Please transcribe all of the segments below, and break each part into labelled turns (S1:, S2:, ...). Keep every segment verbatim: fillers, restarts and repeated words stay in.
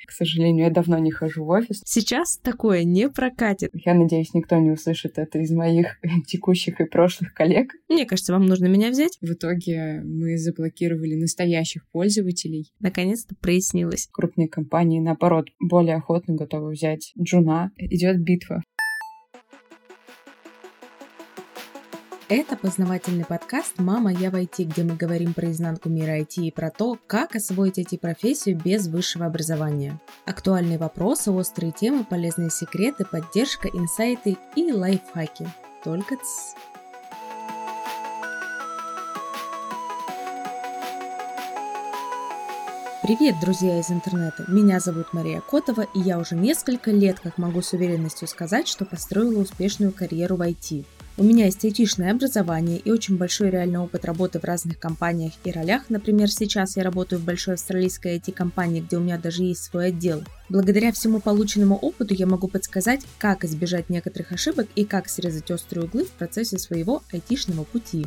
S1: К сожалению, я давно не хожу в офис.
S2: Сейчас такое не прокатит.
S1: Я надеюсь, никто не услышит это из моих текущих и прошлых коллег.
S2: Мне кажется, вам нужно меня взять.
S1: В итоге мы заблокировали настоящих пользователей.
S2: Наконец-то прояснилось.
S1: Крупные компании, наоборот, более охотно готовы взять джуна. Идет битва.
S2: Это познавательный подкаст «Мама, я в ай ти», где мы говорим про изнанку мира ай ти и про то, как освоить ай ти-профессию без высшего образования. Актуальные вопросы, острые темы, полезные секреты, поддержка, инсайты и лайфхаки. Только тс. Привет, друзья из интернета! Меня зовут Мария Котова, и я уже несколько лет, как могу с уверенностью сказать, что построила успешную карьеру в ай ти. У меня есть айтишное образование и очень большой реальный опыт работы в разных компаниях и ролях. Например, сейчас я работаю в большой австралийской ай ти-компании, где у меня даже есть свой отдел. Благодаря всему полученному опыту я могу подсказать, как избежать некоторых ошибок и как срезать острые углы в процессе своего айтишного пути.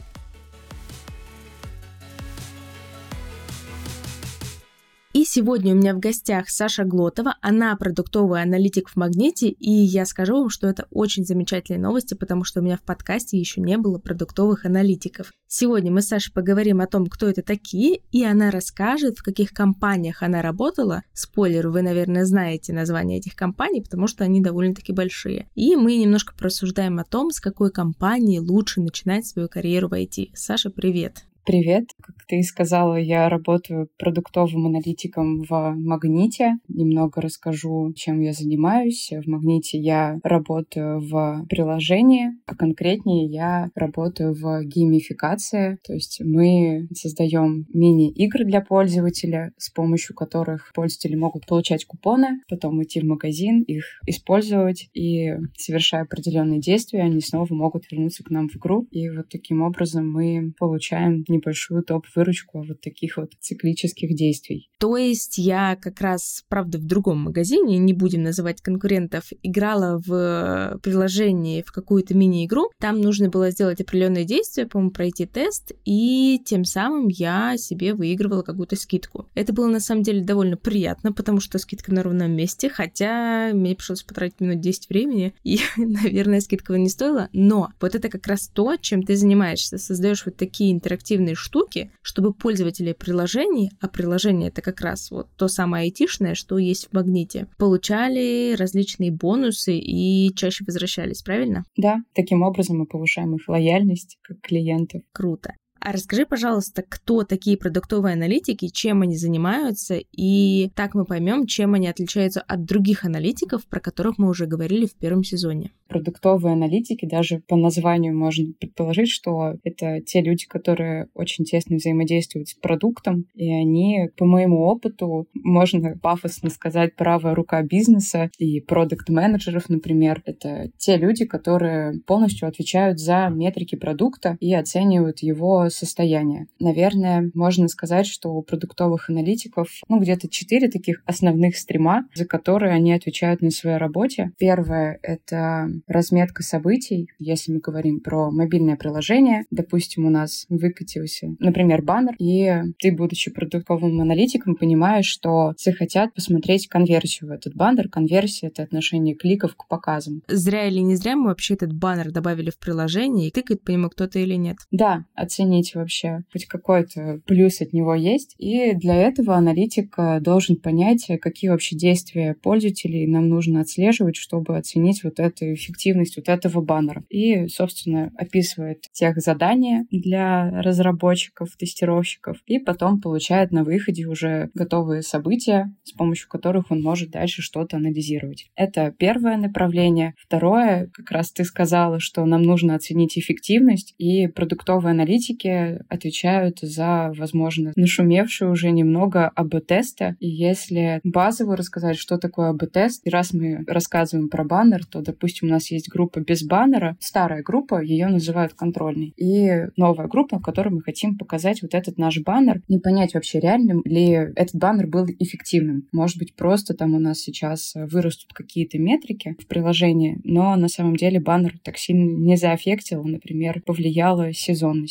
S2: И сегодня у меня в гостях Саша Глотова, она продуктовый аналитик в Магните, и я скажу вам, что это очень замечательные новости, потому что у меня в подкасте еще не было продуктовых аналитиков. Сегодня мы с Сашей поговорим о том, кто это такие, и она расскажет, в каких компаниях она работала. Спойлер, вы, наверное, знаете название этих компаний, потому что они довольно-таки большие. И мы немножко порассуждаем о том, с какой компании лучше начинать свою карьеру в ай ти. Саша, привет!
S1: Привет. Как ты и сказала, я работаю продуктовым аналитиком в Магните. Немного расскажу, чем я занимаюсь. В Магните я работаю в приложении, а конкретнее я работаю в геймификации. То есть мы создаем мини-игры для пользователя, с помощью которых пользователи могут получать купоны, потом идти в магазин, их использовать, и, совершая определенные действия, они снова могут вернуться к нам в игру. И вот таким образом мы получаем небольшую топ-выручку вот таких вот циклических действий.
S2: То есть я как раз, правда, в другом магазине, не будем называть конкурентов, играла в приложении в какую-то мини-игру. Там нужно было сделать определенные действия, по-моему, пройти тест, и тем самым я себе выигрывала какую-то скидку. Это было на самом деле довольно приятно, потому что скидка на ровном месте, хотя мне пришлось потратить минут десять времени, и, наверное, скидка не стоила. Но вот это как раз то, чем ты занимаешься. Создаешь вот такие интерактивные штуки, чтобы пользователи приложений, а приложение это как раз вот то самое айтишное, что есть в Магните, получали различные бонусы и чаще возвращались, правильно?
S1: Да, таким образом мы повышаем их лояльность как клиентов.
S2: Круто. А расскажи, пожалуйста, кто такие продуктовые аналитики, чем они занимаются, и так мы поймем, чем они отличаются от других аналитиков, про которых мы уже говорили в первом сезоне.
S1: Продуктовые аналитики, даже по названию можно предположить, что это те люди, которые очень тесно взаимодействуют с продуктом, и они, по моему опыту, можно пафосно сказать, правая рука бизнеса и продукт-менеджеров, например. Это те люди, которые полностью отвечают за метрики продукта и оценивают его состояние. Наверное, можно сказать, что у продуктовых аналитиков ну, где-то четыре таких основных стрима, за которые они отвечают на своей работе. Первое — это разметка событий. Если мы говорим про мобильное приложение, допустим, у нас выкатился, например, баннер, и ты, будучи продуктовым аналитиком, понимаешь, что все хотят посмотреть конверсию в этот баннер. Конверсия — это отношение кликов к показам.
S2: Зря или не зря мы вообще этот баннер добавили в приложение, и тыкает по нему кто-то или нет.
S1: Да, оценить вообще, хоть какой-то плюс от него есть. И для этого аналитик должен понять, какие вообще действия пользователей нам нужно отслеживать, чтобы оценить вот эту эффективность вот этого баннера. И, собственно, описывает тех задания для разработчиков, тестировщиков, и потом получает на выходе уже готовые события, с помощью которых он может дальше что-то анализировать. Это первое направление. Второе, как раз ты сказала, что нам нужно оценить эффективность, и продуктовые аналитики отвечают за, возможно, нашумевшие уже немного эй би-тесты. И если базово рассказать, что такое эй би-тест, и раз мы рассказываем про баннер, то, допустим, у нас есть группа без баннера, старая группа, ее называют контрольной, и новая группа, в которой мы хотим показать вот этот наш баннер, не понять вообще, реально ли этот баннер был эффективным. Может быть, просто там у нас сейчас вырастут какие-то метрики в приложении, но на самом деле баннер так сильно не заэффектил, например, повлияла сезонность. И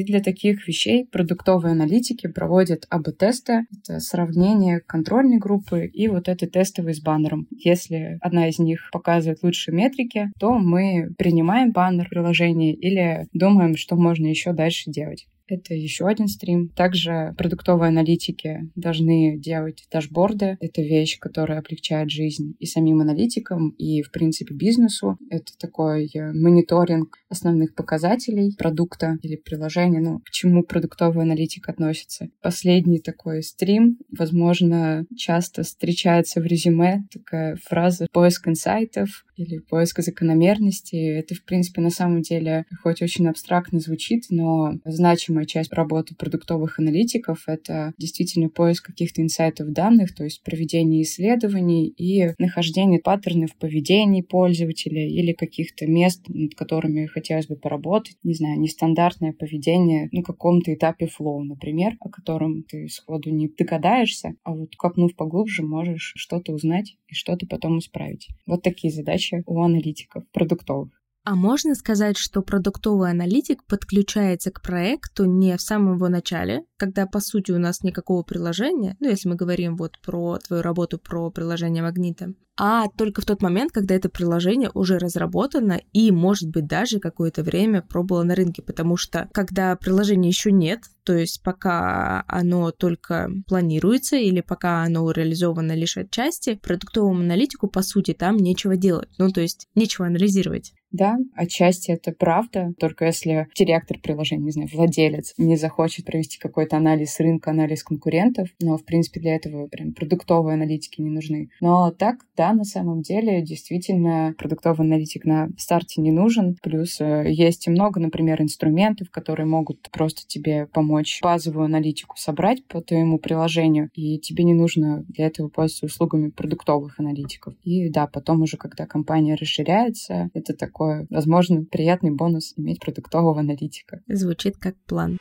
S1: для таких вещей продуктовые аналитики проводят эй би-тесты. Это сравнение контрольной группы и вот этой тестовой с баннером. Если одна из них показывает лучшие метрики, то мы принимаем баннер приложения или думаем, что можно еще дальше делать. Это еще один стрим. Также продуктовые аналитики должны делать дашборды. Это вещь, которая облегчает жизнь и самим аналитикам, и, в принципе, бизнесу. Это такой мониторинг основных показателей продукта или приложения, ну, к чему продуктовый аналитик относится. Последний такой стрим, возможно, часто встречается в резюме такая фраза «поиск инсайтов» или «поиск закономерностей». Это, в принципе, на самом деле хоть очень абстрактно звучит, но значимая часть работы продуктовых аналитиков — это действительно поиск каких-то инсайтов данных, то есть проведение исследований и нахождение паттернов поведения пользователя или каких-то мест, над которыми хотелось бы поработать. Не знаю, нестандартное поведение на каком-то этапе флоу, например, о котором ты сходу не догадаешься, а вот копнув поглубже, можешь что-то узнать и что-то потом исправить. Вот такие задачи у аналитиков продуктовых.
S2: А можно сказать, что продуктовый аналитик подключается к проекту не в самом его начале, когда, по сути, у нас никакого приложения, ну, если мы говорим вот про твою работу, про приложение Магнита, а только в тот момент, когда это приложение уже разработано и, может быть, даже какое-то время пробовало на рынке, потому что когда приложения еще нет, то есть пока оно только планируется или пока оно реализовано лишь отчасти, продуктовому аналитику, по сути, там нечего делать, ну, то есть нечего анализировать.
S1: Да, отчасти это правда, только если директор приложения, не знаю, владелец не захочет провести какой-то анализ рынка, анализ конкурентов, но, в принципе, для этого прям продуктовые аналитики не нужны. Но так, да, на самом деле, действительно, продуктовый аналитик на старте не нужен, плюс есть много, например, инструментов, которые могут просто тебе помочь базовую аналитику собрать по твоему приложению, и тебе не нужно для этого пользоваться услугами продуктовых аналитиков. И да, потом уже, когда компания расширяется, это такой возможно, приятный бонус иметь продуктового аналитика.
S2: Звучит как план.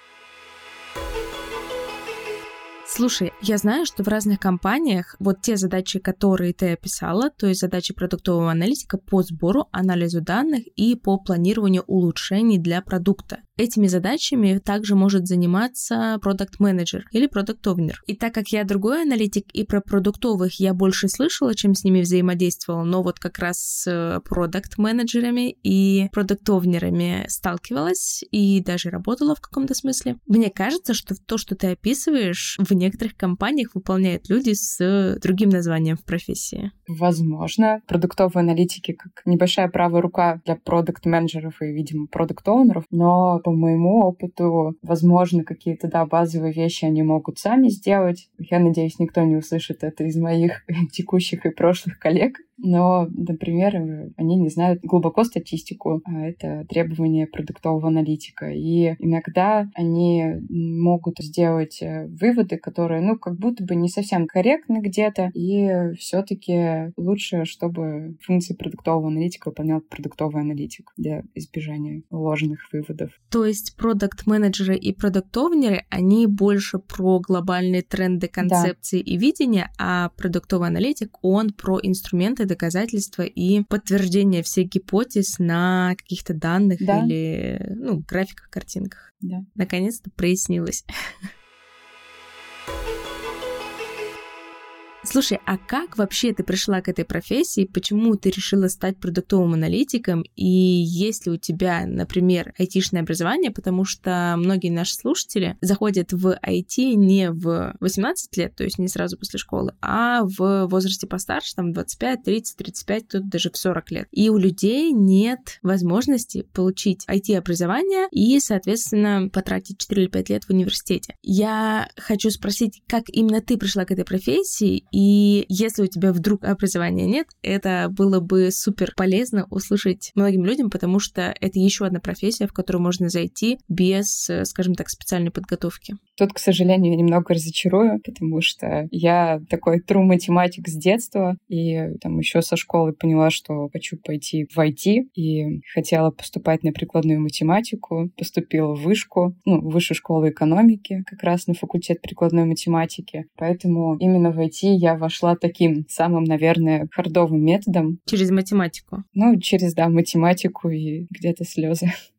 S2: Слушай, я знаю, что в разных компаниях вот те задачи, которые ты описала, то есть задачи продуктового аналитика по сбору, анализу данных и по планированию улучшений для продукта. Этими задачами также может заниматься продакт-менеджер или продакт-овнер. И так как я другой аналитик, и про продуктовых я больше слышала, чем с ними взаимодействовала, но вот как раз с продакт-менеджерами и продакт-овнерами сталкивалась и даже работала в каком-то смысле. Мне кажется, что то, что ты описываешь, в некоторых компаниях выполняют люди с другим названием в профессии.
S1: Возможно. Продуктовые аналитики как небольшая правая рука для продакт-менеджеров и, видимо, продакт-оунеров, но по моему опыту, возможно, какие-то, да, базовые вещи они могут сами сделать. Я надеюсь, никто не услышит это из моих текущих и прошлых коллег. Но, например, они не знают глубоко статистику, а это требование продуктового аналитика. И иногда они могут сделать выводы, которые, ну, как будто бы не совсем корректны где-то, и все-таки лучше, чтобы функции продуктового аналитика выполнял продуктовый аналитик для избежания ложных выводов.
S2: То есть продакт-менеджеры и продакт-овнеры, они больше про глобальные тренды, концепции, да, и видения, а продуктовый аналитик, он про инструменты, доказательства и подтверждение всех гипотез на каких-то данных, да, или, ну, графиках, картинках.
S1: Да.
S2: Наконец-то прояснилось. Слушай, а как вообще ты пришла к этой профессии? Почему ты решила стать продуктовым аналитиком? И есть ли у тебя, например, айтишное образование? Потому что многие наши слушатели заходят в ай ти не в восемнадцать лет, то есть не сразу после школы, а в возрасте постарше, там двадцать пять, тридцать, тридцать пять, кто-то даже в сорок лет. И у людей нет возможности получить ай ти-образование и, соответственно, потратить четыре или пять лет в университете. Я хочу спросить, как именно ты пришла к этой профессии? И если у тебя вдруг образования нет, это было бы супер полезно услышать многим людям, потому что это еще одна профессия, в которую можно зайти без, скажем так, специальной подготовки.
S1: Тут, к сожалению, я немного разочарую, потому что я такой true математик с детства, и там еще со школы поняла, что хочу пойти в ай ти, и хотела поступать на прикладную математику, поступила в вышку, ну, в высшую школу экономики, как раз на факультет прикладной математики. Поэтому именно в ай ти я вошла таким самым, наверное, хардовым методом.
S2: Через математику?
S1: Ну, через, да, математику и где-то слезы.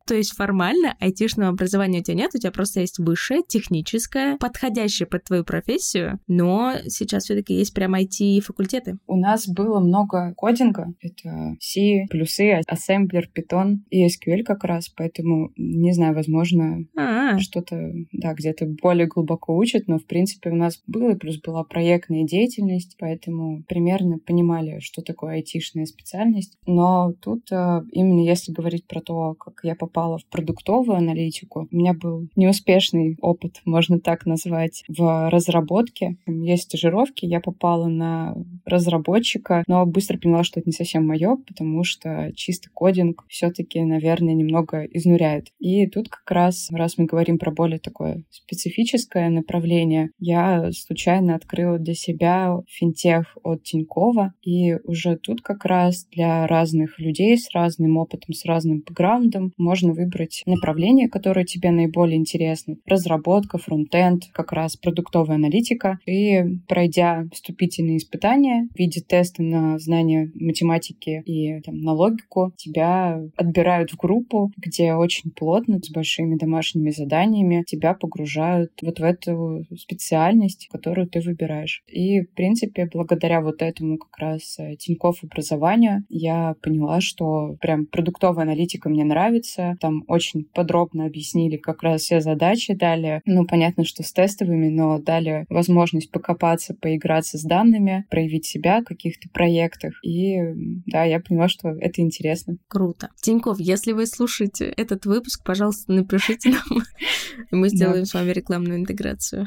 S2: То есть формально айтишного образования у тебя нет, у тебя просто есть высшее, техническое, подходящее под твою профессию, но сейчас все-таки есть прям ай ти-факультеты.
S1: У нас было много кодинга. Это C, плюсы, ассемблер, Python и эс кью эль как раз, поэтому, не знаю, возможно,
S2: А-а.
S1: что-то, да, где-то более глубоко учат, но, в принципе, у нас было, и плюс была проектная деятельность, поэтому примерно понимали, что такое айтишная специальность. Но тут э, именно если говорить про то, как я попала в продуктовую аналитику, у меня был неуспешный опыт, можно так назвать, в разработке. Есть стажировки, я попала на разработчика, но быстро поняла, что это не совсем мое, потому что чисто кодинг все-таки, наверное, немного изнуряет. И тут как раз, раз мы говорим про более такое специфическое направление, я случайно открыла для себя финтех от Тинькова, и уже тут как раз для разных людей с разным опытом, с разным бэкграундом можно выбрать направление, которое тебе наиболее интересно. Разработка, фронтенд, как раз продуктовая аналитика. И пройдя вступительные испытания в виде теста на знание математики и там, на логику, тебя отбирают в группу, где очень плотно, с большими домашними заданиями, тебя погружают вот в эту специальность, которую ты выбираешь. И, в принципе, благодаря вот этому как раз Тинькофф образованию я поняла, что прям продуктовая аналитика мне нравится. Там очень подробно объяснили как раз все задачи, дали, ну, понятно, что с тестовыми, но дали возможность покопаться, поиграться с данными, проявить себя в каких-то проектах. И, да, я поняла, что это интересно.
S2: Круто. Тинькофф, если вы слушаете этот выпуск, пожалуйста, напишите нам, и мы сделаем с вами рекламную интеграцию.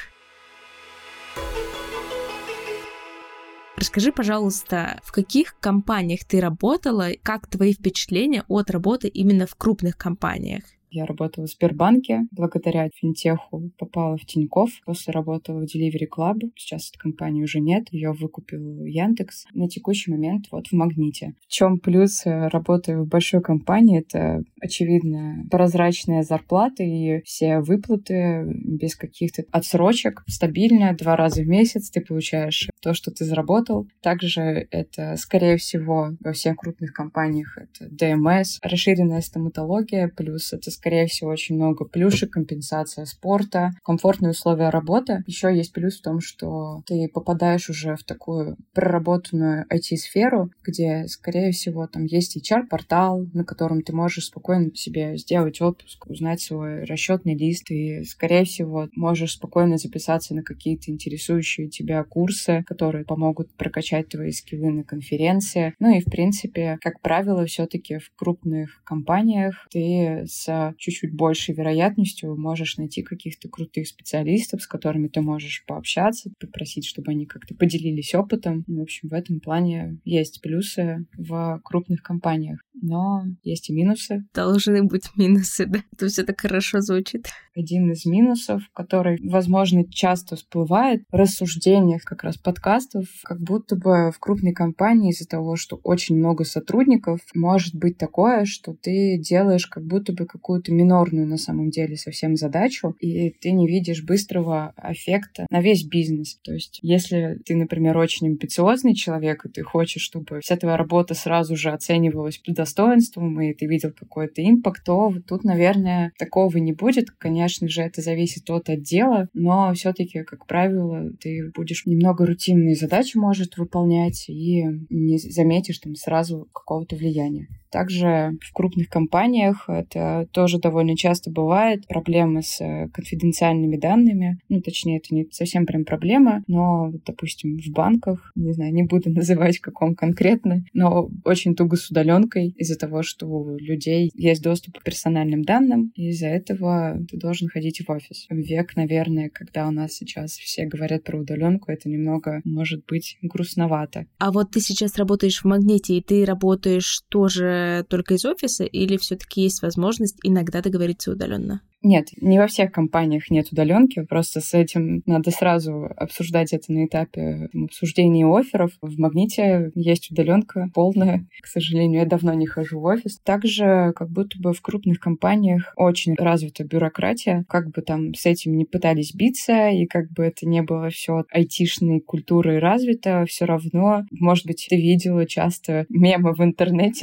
S2: Расскажи, пожалуйста, в каких компаниях ты работала, как твои впечатления от работы именно в крупных компаниях?
S1: Я работала в Сбербанке, благодаря финтеху попала в Тинькофф, после работала в Delivery Club, сейчас этой компании уже нет, ее выкупил Яндекс. На текущий момент вот в Магните. В чем плюс работы в большой компании? Это, очевидно, прозрачная зарплата и все выплаты без каких-то отсрочек, стабильно, два раза в месяц ты получаешь то, что ты заработал. Также это, скорее всего, во всех крупных компаниях это ди эм эс, расширенная стоматология, плюс это, скорее всего, очень много плюшек, компенсация спорта, комфортные условия работы. Еще есть плюс в том, что ты попадаешь уже в такую проработанную ай ти-сферу, где, скорее всего, там есть эйч ар-портал, на котором ты можешь спокойно себе сделать отпуск, узнать свой расчетный лист, и, скорее всего, можешь спокойно записаться на какие-то интересующие тебя курсы, которые помогут прокачать твои скиллы на конференции. Ну и, в принципе, как правило, все-таки в крупных компаниях ты с чуть-чуть большей вероятностью можешь найти каких-то крутых специалистов, с которыми ты можешь пообщаться, попросить, чтобы они как-то поделились опытом. В общем, в этом плане есть плюсы в крупных компаниях, но есть и минусы.
S2: Должны быть минусы, да? То есть это хорошо звучит.
S1: Один из минусов, который, возможно, часто всплывает в рассуждениях как раз подкастов, как будто бы в крупной компании из-за того, что очень много сотрудников, может быть такое, что ты делаешь как будто бы какую-то минорную на самом деле совсем задачу, и ты не видишь быстрого эффекта на весь бизнес. То есть если ты, например, очень амбициозный человек, и ты хочешь, чтобы вся твоя работа сразу же оценивалась по достоинствам, и ты видел какой-то импакт, то тут, наверное, такого не будет. Конечно же, это зависит от отдела, но все-таки, как правило, ты будешь немного рутинные задачи, может, выполнять, и не заметишь там сразу какого-то влияния. Также в крупных компаниях это тоже довольно часто бывает. Проблемы с конфиденциальными данными. Ну, точнее, это не совсем прям проблема, но, допустим, в банках, не знаю, не буду называть каком конкретно, но очень туго с удаленкой из-за того, что у людей есть доступ к персональным данным, и из-за этого ты должен ходить в офис. Век, наверное, когда у нас сейчас все говорят про удаленку, это немного, может быть, грустновато.
S2: А вот ты сейчас работаешь в Магните, и ты работаешь тоже только из офиса, или все-таки есть возможность иногда договориться удаленно?
S1: Нет, не во всех компаниях нет удаленки, просто с этим надо сразу обсуждать это на этапе обсуждения офферов. В Магните есть удаленка полная. К сожалению, я давно не хожу в офис. Также как будто бы в крупных компаниях очень развита бюрократия. Как бы там с этим не пытались биться, и как бы это не было все айтишной культурой развито, все равно, может быть, ты видела часто мемы в интернете,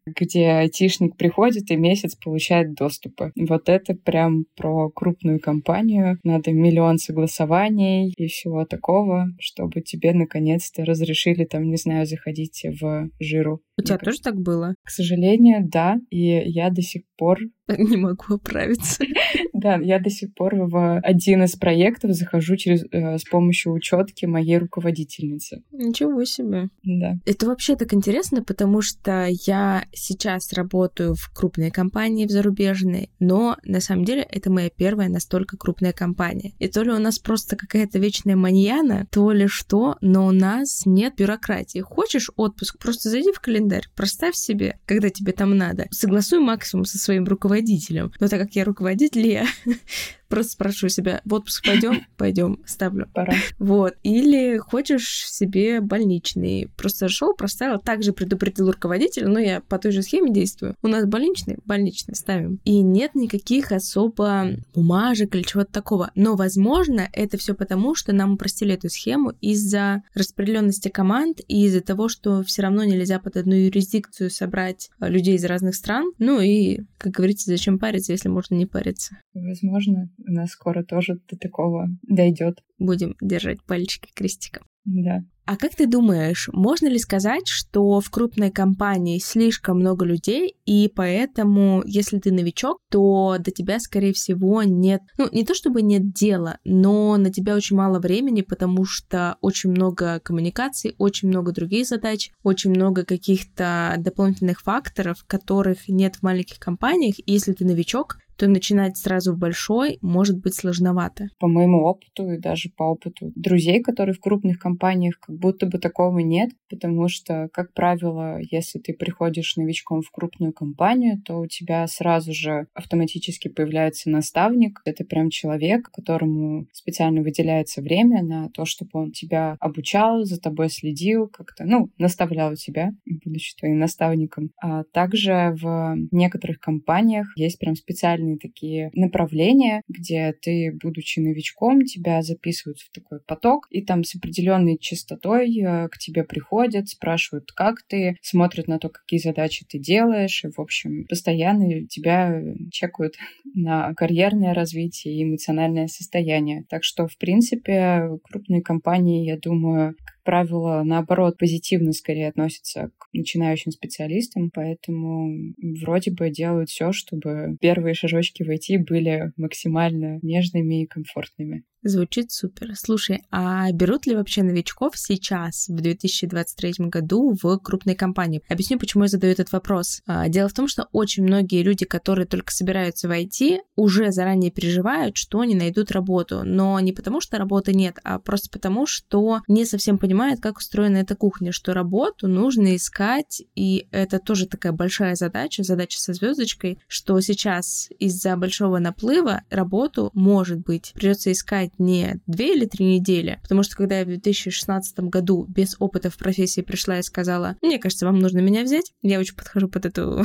S1: где айтишник приходит и месяц получает доступы. Вот это прям про крупную компанию. Надо миллион согласований и всего такого, чтобы тебе наконец-то разрешили там, не знаю, заходить в жиру.
S2: У тебя тоже так было?
S1: К сожалению, да. И я до сих пор...
S2: Не могу оправиться.
S1: Да, я до сих пор в один из проектов захожу через, э, с помощью учетки моей руководительницы.
S2: Ничего себе.
S1: Да.
S2: Это вообще так интересно, потому что я сейчас работаю в крупной компании, в зарубежной, но на самом деле это моя первая настолько крупная компания. И то ли у нас просто какая-то вечная маньяна, то ли что, но у нас нет бюрократии. Хочешь отпуск, просто зайди в календарь, проставь себе, когда тебе там надо. Согласуй максимум со своим руководителем. Но так как я руководитель, я просто спрашиваю себя, в отпуск пойдем? Пойдем, ставлю.
S1: Пора.
S2: Вот. Или хочешь себе больничный. Просто зашел, проставил, также предупредил руководителя, но я по той же схеме действую. У нас больничный, больничный ставим. И нет никаких особо бумажек или чего-то такого. Но, возможно, это все потому, что нам упростили эту схему из-за распределенности команд и из-за того, что все равно нельзя под одну юрисдикцию собрать людей из разных стран. Ну и, как говорится, зачем париться, если можно не париться.
S1: Возможно, у нас скоро тоже до такого дойдет.
S2: Будем держать пальчики крестиком.
S1: Да.
S2: А как ты думаешь, можно ли сказать, что в крупной компании слишком много людей, и поэтому, если ты новичок, то до тебя, скорее всего, нет... Ну, не то чтобы нет дела, но на тебя очень мало времени, потому что очень много коммуникаций, очень много других задач, очень много каких-то дополнительных факторов, которых нет в маленьких компаниях. И если ты новичок, то начинать сразу в большой может быть сложновато.
S1: По моему опыту и даже по опыту друзей, которые в крупных компаниях, как будто бы такого нет, потому что, как правило, если ты приходишь новичком в крупную компанию, то у тебя сразу же автоматически появляется наставник. Это прям человек, которому специально выделяется время на то, чтобы он тебя обучал, за тобой следил, как-то, ну, наставлял тебя, будучи твоим наставником. А также в некоторых компаниях есть прям специальные такие направления, где ты, будучи новичком, тебя записывают в такой поток, и там с определенной частотой к тебе приходят, спрашивают, как ты, смотрят на то, какие задачи ты делаешь, и, в общем, постоянно тебя чекают на карьерное развитие и эмоциональное состояние. Так что, в принципе, крупные компании, я думаю, как правило, наоборот, позитивно скорее относятся к начинающим специалистам, поэтому вроде бы делают все, чтобы первые шажочки в ай ти были максимально нежными и комфортными.
S2: Звучит супер. Слушай, а берут ли вообще новичков сейчас, в две тысячи двадцать третьем году, в крупной компании? Объясню, почему я задаю этот вопрос. Дело в том, что очень многие люди, которые только собираются в ай ти, уже заранее переживают, что они найдут работу. Но не потому, что работы нет, а просто потому, что не совсем понимают, как устроена эта кухня, что работу нужно искать, и это тоже такая большая задача, задача со звездочкой, что сейчас из-за большого наплыва работу, может быть, придется искать не две или три недели, потому что когда я в две тысячи шестнадцатом году без опыта в профессии пришла и сказала, мне кажется, вам нужно меня взять, я очень подхожу под эту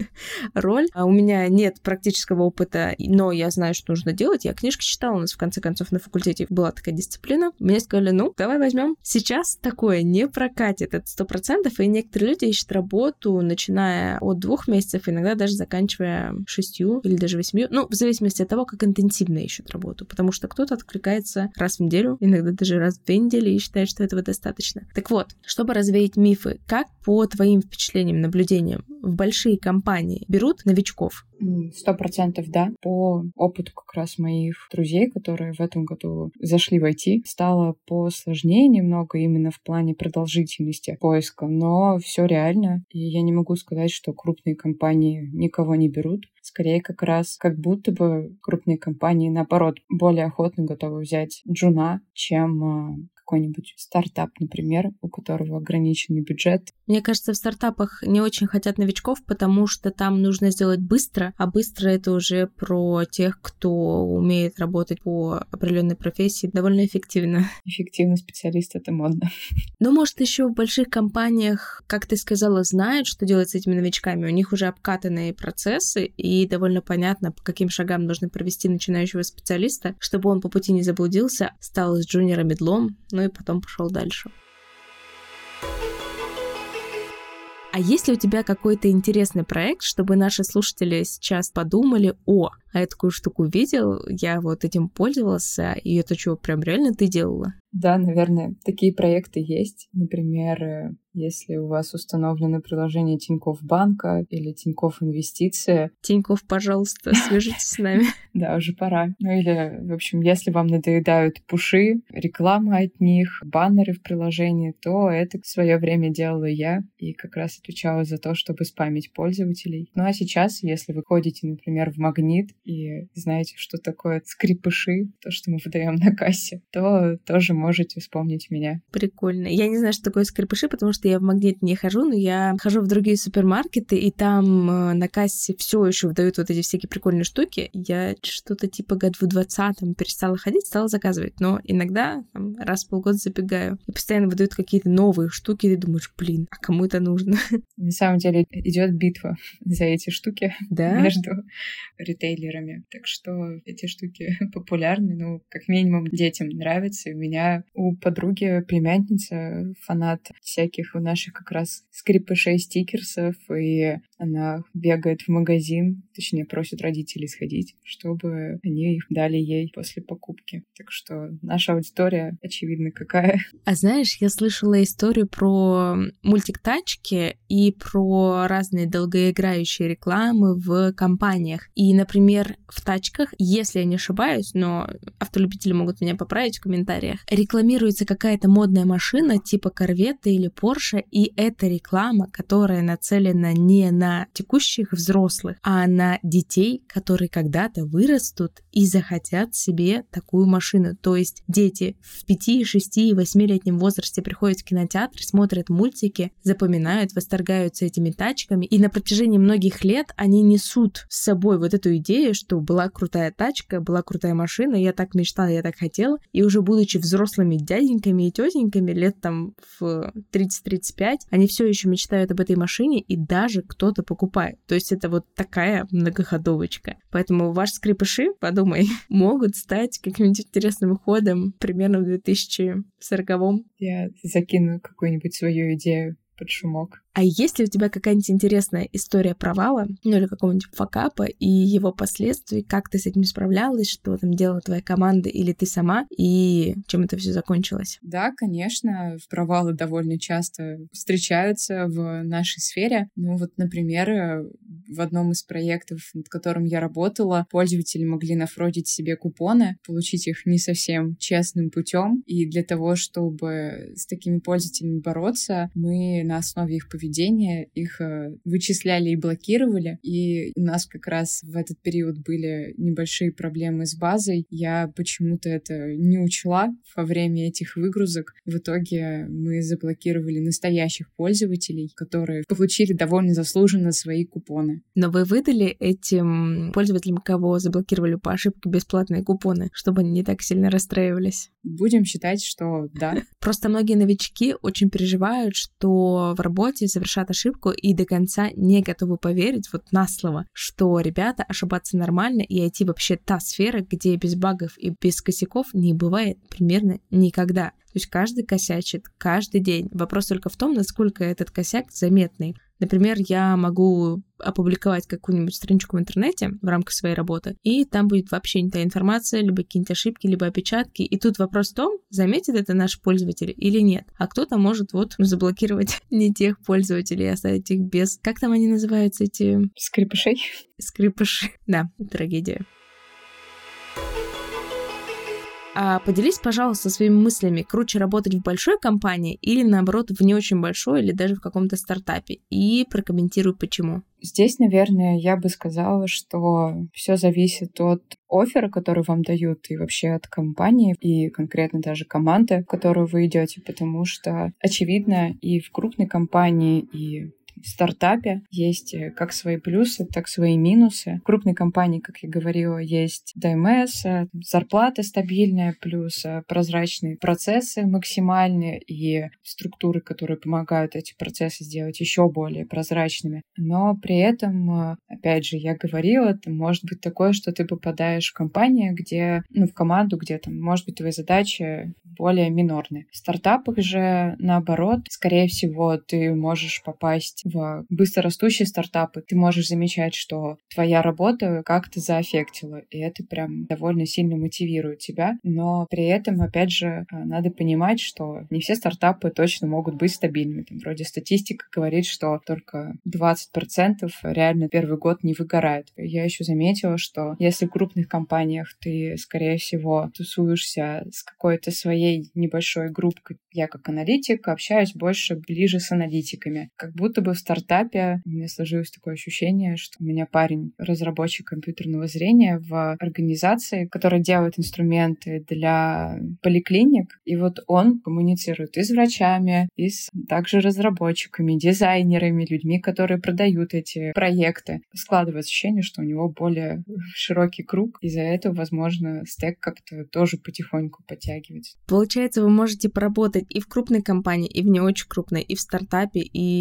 S2: роль, а у меня нет практического опыта, но я знаю, что нужно делать, я книжки читала, у нас в конце концов на факультете была такая дисциплина, мне сказали, ну, давай возьмем. Сейчас такое не прокатит, это сто процентов, и некоторые люди ищут работу, начиная от двух месяцев, иногда даже заканчивая шестью или даже восьмью, ну, в зависимости от того, как интенсивно ищут работу, потому что кто-то откликается раз в неделю, иногда даже раз в две недели и считает, что этого достаточно. Так вот, чтобы развеять мифы, как по твоим впечатлениям, наблюдениям, в большие компании берут новичков?
S1: Сто процентов да. По опыту как раз моих друзей, которые в этом году зашли в ай ти, стало посложнее немного именно в плане продолжительности поиска, но все реально. И я не могу сказать, что крупные компании никого не берут. Скорее, как раз как будто бы крупные компании, наоборот, более охотно готовы взять джуна, чем какой-нибудь стартап, например, у которого ограниченный бюджет.
S2: Мне кажется, в стартапах не очень хотят новичков, потому что там нужно сделать быстро, а быстро это уже про тех, кто умеет работать по определенной профессии довольно эффективно.
S1: Эффективный специалист — это модно.
S2: Но, может, еще в больших компаниях, как ты сказала, знают, что делать с этими новичками. У них уже обкатанные процессы, и довольно понятно, по каким шагам нужно провести начинающего специалиста, чтобы он по пути не заблудился, стал с джуниора медлом, ну и потом пошел дальше. А есть ли у тебя какой-то интересный проект, чтобы наши слушатели сейчас подумали: о, а я такую штуку видел, я вот этим пользовался, и это что, прям реально ты делала?
S1: Да, наверное, такие проекты есть. Например, если у вас установлено приложение Тинькофф Банка или Тинькофф Инвестиции.
S2: Тинькофф, пожалуйста, свяжитесь с нами.
S1: Да, уже пора. Ну или, в общем, если вам надоедают пуши, реклама от них, баннеры в приложении, то это в свое время делала я и как раз отвечала за то, чтобы спамить пользователей. Ну а сейчас, если вы ходите, например, в Магнит и знаете, что такое скрипыши, то, что мы выдаем на кассе, то тоже можете вспомнить меня.
S2: Прикольно. Я не знаю, что такое скрипыши, потому что я в Магнит не хожу, но я хожу в другие супермаркеты, и там э, на кассе все еще выдают вот эти всякие прикольные штуки. Я что-то типа году в двадцатом перестала ходить, стала заказывать, но иногда там, раз в полгода забегаю. И постоянно выдают какие-то новые штуки, и ты думаешь, блин, а кому это нужно?
S1: На самом деле идет битва за эти штуки,
S2: да?
S1: между ритейлерами. Так что эти штуки популярны, ну, как минимум, детям нравятся. И у меня у подруги племянница фанат всяких у наших как раз скрипышей, стикерсов, и она бегает в магазин, точнее, просит родителей сходить, чтобы они их дали ей после покупки. Так что наша аудитория, очевидно, какая.
S2: А знаешь, я слышала историю про мультик «Тачки» и про разные долгоиграющие рекламы в компаниях. И, например, в «Тачках», если я не ошибаюсь, но автолюбители могут меня поправить в комментариях, рекламируется какая-то модная машина типа «Корвета» или «Порше», и это реклама, которая нацелена не на текущих взрослых, а на детей, которые когда-то вырастут и захотят себе такую машину. То есть дети в пяти, шести и восьмилетнем возрасте приходят в кинотеатр, смотрят мультики, запоминают, восторгаются этими тачками, и на протяжении многих лет они несут с собой вот эту идею, что была крутая тачка, была крутая машина, я так мечтала, я так хотела, и уже будучи взрослыми дяденьками и тетеньками лет там в тридцать-тридцать пять, они все еще мечтают об этой машине, и даже кто-то покупает. То есть это вот такая многоходовочка. Поэтому ваши скрипыши, подумай, могут стать каким-нибудь интересным ходом примерно в две тысячи сороковом.
S1: Я закину какую-нибудь свою идею под шумок.
S2: А есть ли у тебя какая-нибудь интересная история провала, ну или какого-нибудь факапа и его последствий, как ты с этим справлялась, что там делала твоя команда или ты сама, и чем это все закончилось?
S1: Да, конечно, провалы довольно часто встречаются в нашей сфере. Ну вот, например, в одном из проектов, над которым я работала, пользователи могли нафродить себе купоны, получить их не совсем честным путем, и для того, чтобы с такими пользователями бороться, мы на основе их поведения поведения, их вычисляли и блокировали, и у нас как раз в этот период были небольшие проблемы с базой. Я почему-то это не учла во время этих выгрузок. В итоге мы заблокировали настоящих пользователей, которые получили довольно заслуженно свои купоны.
S2: Но вы выдали этим пользователям, кого заблокировали по ошибке, бесплатные купоны, чтобы они не так сильно расстраивались?
S1: Будем считать, что да.
S2: Просто многие новички очень переживают, что в работе совершат ошибку и до конца не готовы поверить вот на слово, что, ребята, ошибаться нормально, и ай ти вообще та сфера, где без багов и без косяков не бывает примерно никогда. То есть каждый косячит, каждый день. Вопрос только в том, насколько этот косяк заметный. Например, я могу опубликовать какую-нибудь страничку в интернете в рамках своей работы, и там будет вообще не та информация, либо какие-нибудь ошибки, либо опечатки. И тут вопрос в том, заметит это наш пользователь или нет. А кто-то может вот заблокировать не тех пользователей, оставить их без... Как там они называются, эти...
S1: Скрипышей?
S2: Скрипыши. Да, трагедия. А поделись, пожалуйста, своими мыслями, круче работать в большой компании или, наоборот, в не очень большой или даже в каком-то стартапе, и прокомментируй, почему.
S1: Здесь, наверное, я бы сказала, что все зависит от оффера, который вам дают, и вообще от компании, и конкретно даже команды, в которую вы идете, потому что, очевидно, и в крупной компании, и в стартапе есть как свои плюсы, так и свои минусы. В крупной компании, как я говорила, есть ди эм эс, зарплата стабильная, плюс прозрачные процессы максимальные и структуры, которые помогают эти процессы сделать еще более прозрачными. Но при этом, опять же, я говорила, это может быть такое, что ты попадаешь в компанию, где, ну, в команду, где там, может быть, твоя задача более минорные. В стартапах же, наоборот, скорее всего, ты можешь попасть в быстрорастущие стартапы, ты можешь замечать, что твоя работа как-то заэффектила, и это прям довольно сильно мотивирует тебя, но при этом, опять же, надо понимать, что не все стартапы точно могут быть стабильными. Там, вроде статистика говорит, что только двадцать процентов реально первый год не выгорает. Я еще заметила, что если в крупных компаниях ты, скорее всего, тусуешься с какой-то своей небольшой группкой, я как аналитик общаюсь больше ближе с аналитиками. Как будто бы в стартапе у меня сложилось такое ощущение, что у меня парень разработчик компьютерного зрения в организации, которая делает инструменты для поликлиник, и вот он коммуницирует и с врачами, и с также разработчиками, дизайнерами, людьми, которые продают эти проекты. Складывается ощущение, что у него более широкий круг, из-за этого, возможно, стэк как-то тоже потихоньку подтягивается.
S2: Получается, вы можете поработать и в крупной компании, и в не очень крупной, и в стартапе,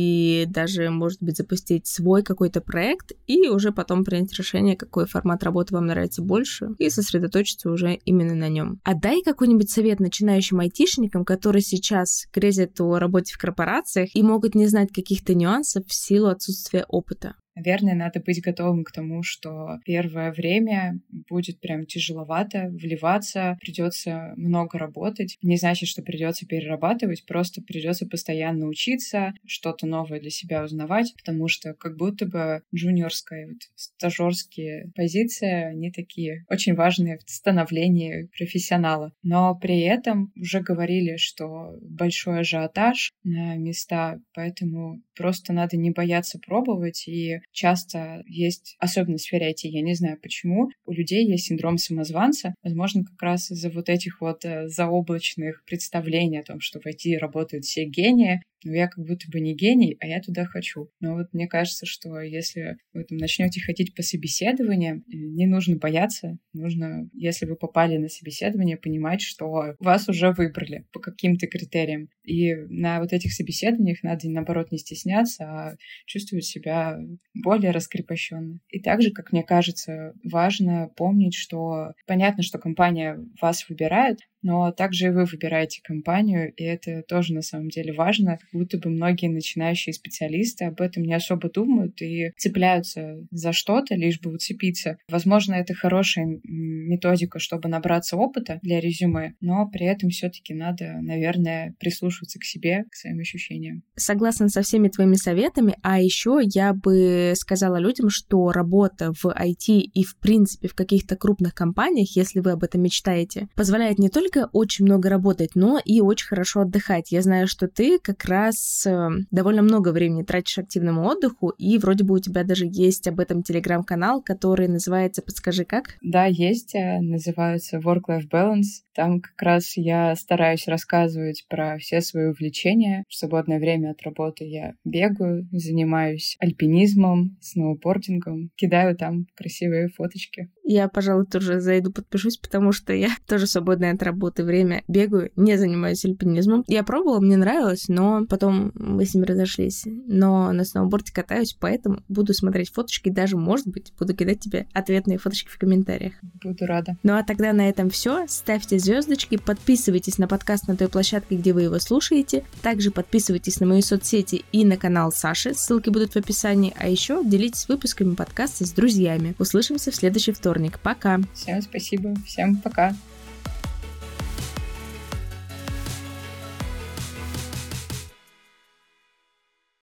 S2: и даже, может быть, запустить свой какой-то проект, и уже потом принять решение, какой формат работы вам нравится больше, и сосредоточиться уже именно на нем. А дай какой-нибудь совет начинающим айтишникам, которые сейчас грезят о работе в корпорациях и могут не знать каких-то нюансов в силу отсутствия опыта.
S1: Наверное, надо быть готовым к тому, что первое время будет прям тяжеловато вливаться, придется много работать. Не значит, что придется перерабатывать, просто придется постоянно учиться, что-то новое для себя узнавать, потому что как будто бы джуниорская, вот, стажерские позиции, они такие очень важные в становлении профессионала. Но при этом уже говорили, что большой ажиотаж на места, поэтому просто надо не бояться пробовать. И часто есть, особенно в сфере ай ти, я не знаю почему, у людей есть синдром самозванца, возможно, как раз из-за вот этих вот заоблачных представлений о том, что в ай ти работают все гении, но я как будто бы не гений, а я туда хочу. Но вот мне кажется, что если вы там начнете ходить по собеседованиям, не нужно бояться, нужно, если вы попали на собеседование, понимать, что вас уже выбрали по каким-то критериям. И на вот этих собеседованиях надо, наоборот, не стесняться, а чувствовать себя более раскрепощенно. И также, как мне кажется, важно помнить, что понятно, что компания вас выбирает, но также и вы выбираете компанию, и это тоже на самом деле важно. Как будто бы многие начинающие специалисты об этом не особо думают и цепляются за что-то, лишь бы уцепиться. Возможно, это хорошая методика, чтобы набраться опыта для резюме, но при этом все-таки надо, наверное, прислушиваться к себе, к своим ощущениям.
S2: Согласна со всеми твоими советами, а еще я бы сказала людям, что работа в ай ти и, в принципе, в каких-то крупных компаниях, если вы об этом мечтаете, позволяет не только очень много работать, но и очень хорошо отдыхать. Я знаю, что ты как раз э, довольно много времени тратишь активному отдыху, и вроде бы у тебя даже есть об этом телеграм-канал, который называется «Подскажи как?».
S1: Да, есть, называется Work-Life Balance. Там как раз я стараюсь рассказывать про все свои увлечения. В свободное время от работы я бегаю, занимаюсь альпинизмом, сноубордингом, кидаю там красивые фоточки.
S2: Я, пожалуй, тоже зайду, подпишусь, потому что я тоже свободное от работы время бегаю, не занимаюсь альпинизмом. Я пробовала, мне нравилось, но потом мы с ним разошлись. Но на сноуборде катаюсь, поэтому буду смотреть фоточки, даже, может быть, буду кидать тебе ответные фоточки в комментариях.
S1: Буду рада.
S2: Ну а тогда на этом все. Ставьте звездочки, подписывайтесь на подкаст на той площадке, где вы его слушаете. Также подписывайтесь на мои соцсети и на канал Саши, ссылки будут в описании. А еще делитесь выпусками подкаста с друзьями. Услышимся в следующий вторник. Пока!
S1: Всем спасибо, всем пока!